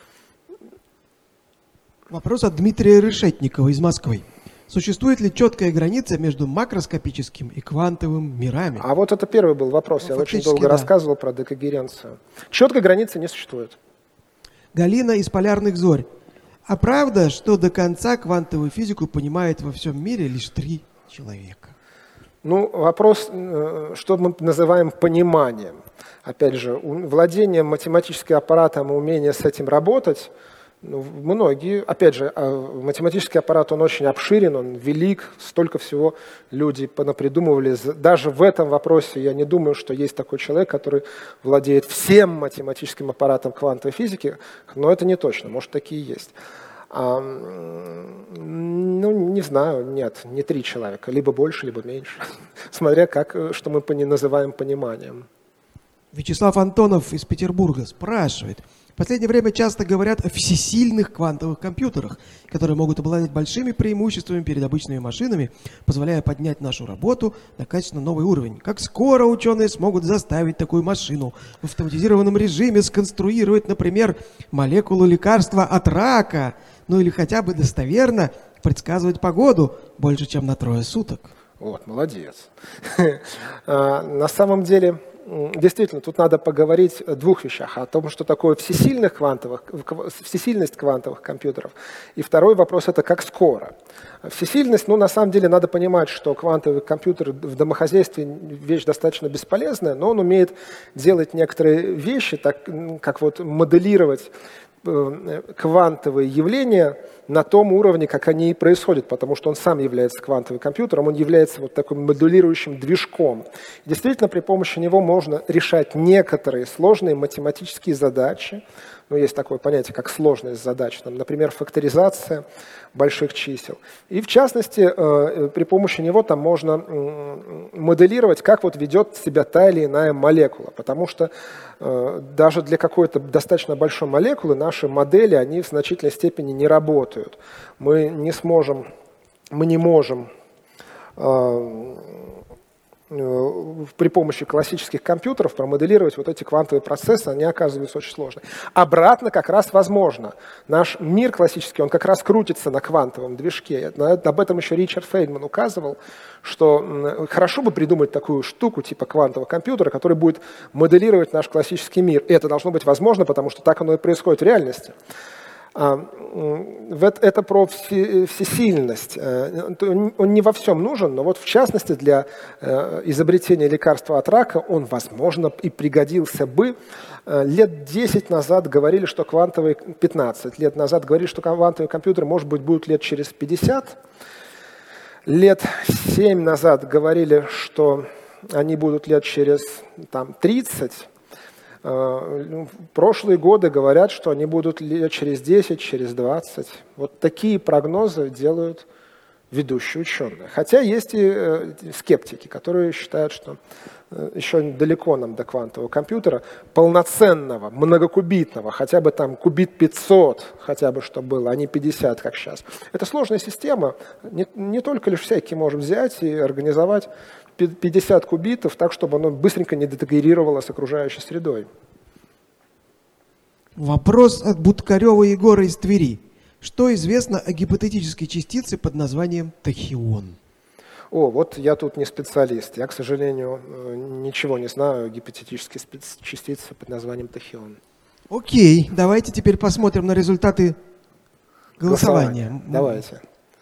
Вопрос от Дмитрия Решетникова из Москвы. Существует ли четкая граница между макроскопическим и квантовым мирами? А вот это первый был вопрос. Ну, я очень долго да. рассказывал про декогеренцию. Четкой границы не существует. Галина из Полярных Зорь. А правда, что до конца квантовую физику понимает во всем мире лишь три человека? Ну, вопрос, что мы называем пониманием. Опять же, владение математическим аппаратом и умение с этим работать, ну, многие, опять же, математический аппарат, он очень обширен, он велик, столько всего люди понапридумывали. Даже в этом вопросе я не думаю, что есть такой человек, который владеет всем математическим аппаратом квантовой физики, но это не точно, может, такие есть. А, ну, не знаю, нет, не три человека, либо больше, либо меньше, смотря как, что мы пони- называем пониманием. Вячеслав Антонов из Петербурга спрашивает. В последнее время часто говорят о всесильных квантовых компьютерах, которые могут обладать большими преимуществами перед обычными машинами, позволяя поднять нашу работу на качественно новый уровень. Как скоро ученые смогут заставить такую машину в автоматизированном режиме сконструировать, например, молекулу лекарства от рака, ну или хотя бы достоверно предсказывать погоду больше, чем на трое суток? Вот, молодец. На самом деле... Действительно, тут надо поговорить о двух вещах. О том, что такое всесильных квантовых, всесильность квантовых компьютеров. И второй вопрос – это как скоро. Всесильность, ну, на самом деле, надо понимать, что квантовый компьютер в домохозяйстве вещь достаточно бесполезная, но он умеет делать некоторые вещи, так, как вот моделировать квантовые явления на том уровне, как они и происходят, потому что он сам является квантовым компьютером, он является вот таким модулирующим движком. Действительно, при помощи него можно решать некоторые сложные математические задачи. Ну, есть такое понятие, как сложность задач, там, например, факторизация больших чисел. И в частности, э, при помощи него там можно э, моделировать, как вот ведет себя та или иная молекула. Потому что э, даже для какой-то достаточно большой молекулы наши модели, они в значительной степени не работают. Мы не сможем, мы не можем э, при помощи классических компьютеров промоделировать вот эти квантовые процессы, они оказываются очень сложными. Обратно как раз возможно. Наш мир классический, он как раз крутится на квантовом движке. Об этом еще Ричард Фейнман указывал, что хорошо бы придумать такую штуку типа квантового компьютера, который будет моделировать наш классический мир. И это должно быть возможно, потому что так оно и происходит в реальности. Это про всесильность. Он не во всем нужен, но вот в частности для изобретения лекарства от рака он, возможно, и пригодился бы. Лет десять назад говорили, что квантовый, пятнадцать лет назад говорили, что квантовый компьютер, может быть, будут лет через пятьдесят. Лет семь назад говорили, что они будут лет через там, тридцать. Прошлые годы говорят, что они будут лет через десять, через двадцать. Вот такие прогнозы делают ведущие ученые. Хотя есть и скептики, которые считают, что еще далеко нам до квантового компьютера, полноценного, многокубитного, хотя бы там кубит пятьсот, хотя бы что было, а не пятьдесят, как сейчас. Это сложная система. Не, не только лишь всякие можем взять и организовать пятьдесят кубитов так, чтобы оно быстренько не детегрировало с окружающей средой. Вопрос от Будкарева Егора из Твери. Что известно о гипотетической частице под названием тахион? О, вот я тут не специалист. Я, к сожалению, ничего не знаю о гипотетической частице под названием тахион. Окей, давайте теперь посмотрим на результаты голосования. Голосование. Давайте.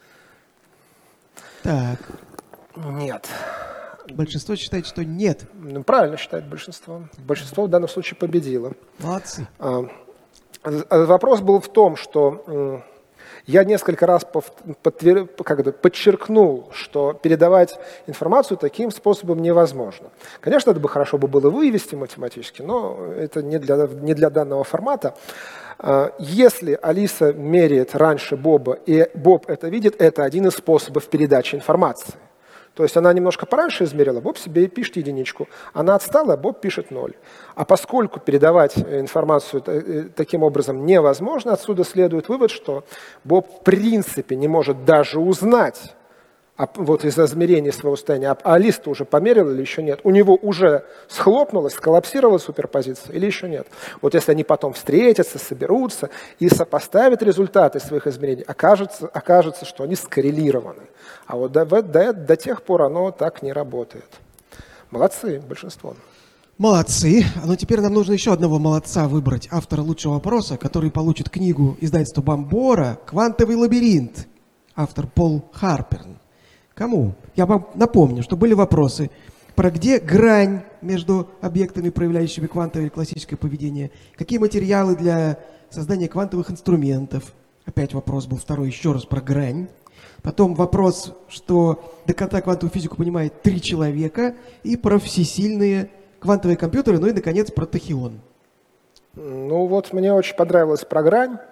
Так. Нет. Большинство считает, что нет. Ну, правильно считает большинство. Большинство в данном случае победило. Молодцы. А, вопрос был в том, что я несколько раз подтвер... как это, подчеркнул, что передавать информацию таким способом невозможно. Конечно, это бы хорошо бы было вывести математически, но это не для, не для данного формата. Если Алиса меряет раньше Боба, и Боб это видит, это один из способов передачи информации. То есть она немножко пораньше измерила, Боб себе и пишет единичку. Она отстала, Боб пишет ноль. А поскольку передавать информацию таким образом невозможно, отсюда следует вывод, что Боб в принципе не может даже узнать, а вот из-за измерения своего состояния, а Алиса уже померила или еще нет. У него уже схлопнулась, сколлапсировала суперпозиция или еще нет. Вот если они потом встретятся, соберутся и сопоставят результаты своих измерений, окажется, окажется, что они скоррелированы. А вот до, до, до тех пор оно так не работает. Молодцы, большинство. Молодцы. Ну теперь нам нужно еще одного молодца выбрать, автора лучшего вопроса, который получит книгу издательства Бомбора «Квантовый лабиринт». Автор Пол Харперн. Кому? Я вам напомню, что были вопросы про где грань между объектами, проявляющими квантовое или классическое поведение, какие материалы для создания квантовых инструментов. Опять вопрос был второй, еще раз про грань. Потом вопрос, что до конца квантовую физику понимает три человека, и про всесильные квантовые компьютеры, ну и, наконец, про тахион. Ну вот мне очень понравилась про грань.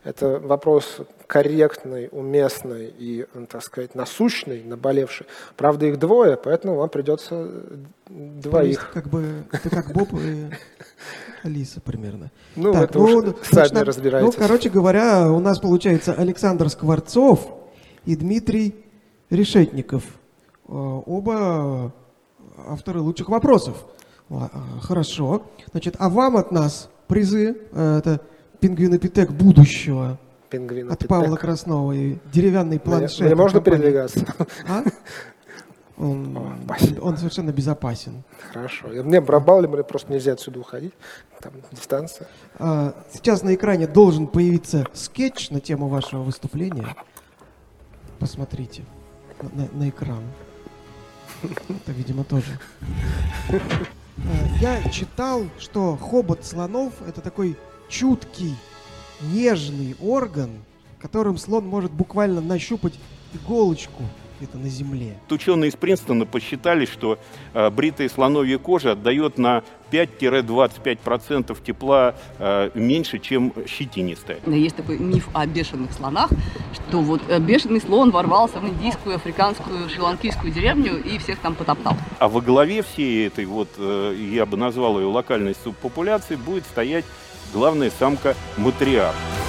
Это вопрос корректный, уместный и, так сказать, насущный, наболевший. Правда, их двое, поэтому вам придется двоих. Как бы ты как Боб и Алиса примерно. Ну, так, это ну, уж значит, сами нам, разбирайтесь. Ну, короче говоря, у нас получается Александр Скворцов и Дмитрий Решетников. Оба авторы лучших вопросов. Хорошо. Значит, а вам от нас призы. Это пингвинопитек будущего. Пингвинопитек. От Павла Краснова и деревянный планшет. Мне, мне можно передвигаться? А? Он, О, он совершенно безопасен. Хорошо. Мне Брабалли просто нельзя отсюда уходить. Там дистанция. А, сейчас на экране должен появиться скетч на тему вашего выступления. Посмотрите на, на, на экран. Это, видимо, тоже. Я читал, что хобот слонов — это такой чуткий, нежный орган, которым слон может буквально нащупать иголочку где-то на земле. Ученые из Принстона посчитали, что э, бритая слоновья кожа отдает на пять-двадцать пять процентов тепла э, меньше, чем щетинистая. Есть такой миф о бешеных слонах, что вот бешеный слон ворвался в индийскую, африканскую, шри-ланкийскую деревню и всех там потоптал. А во главе всей этой, вот, э, я бы назвал ее локальной субпопуляции, будет стоять главная самка матриарх.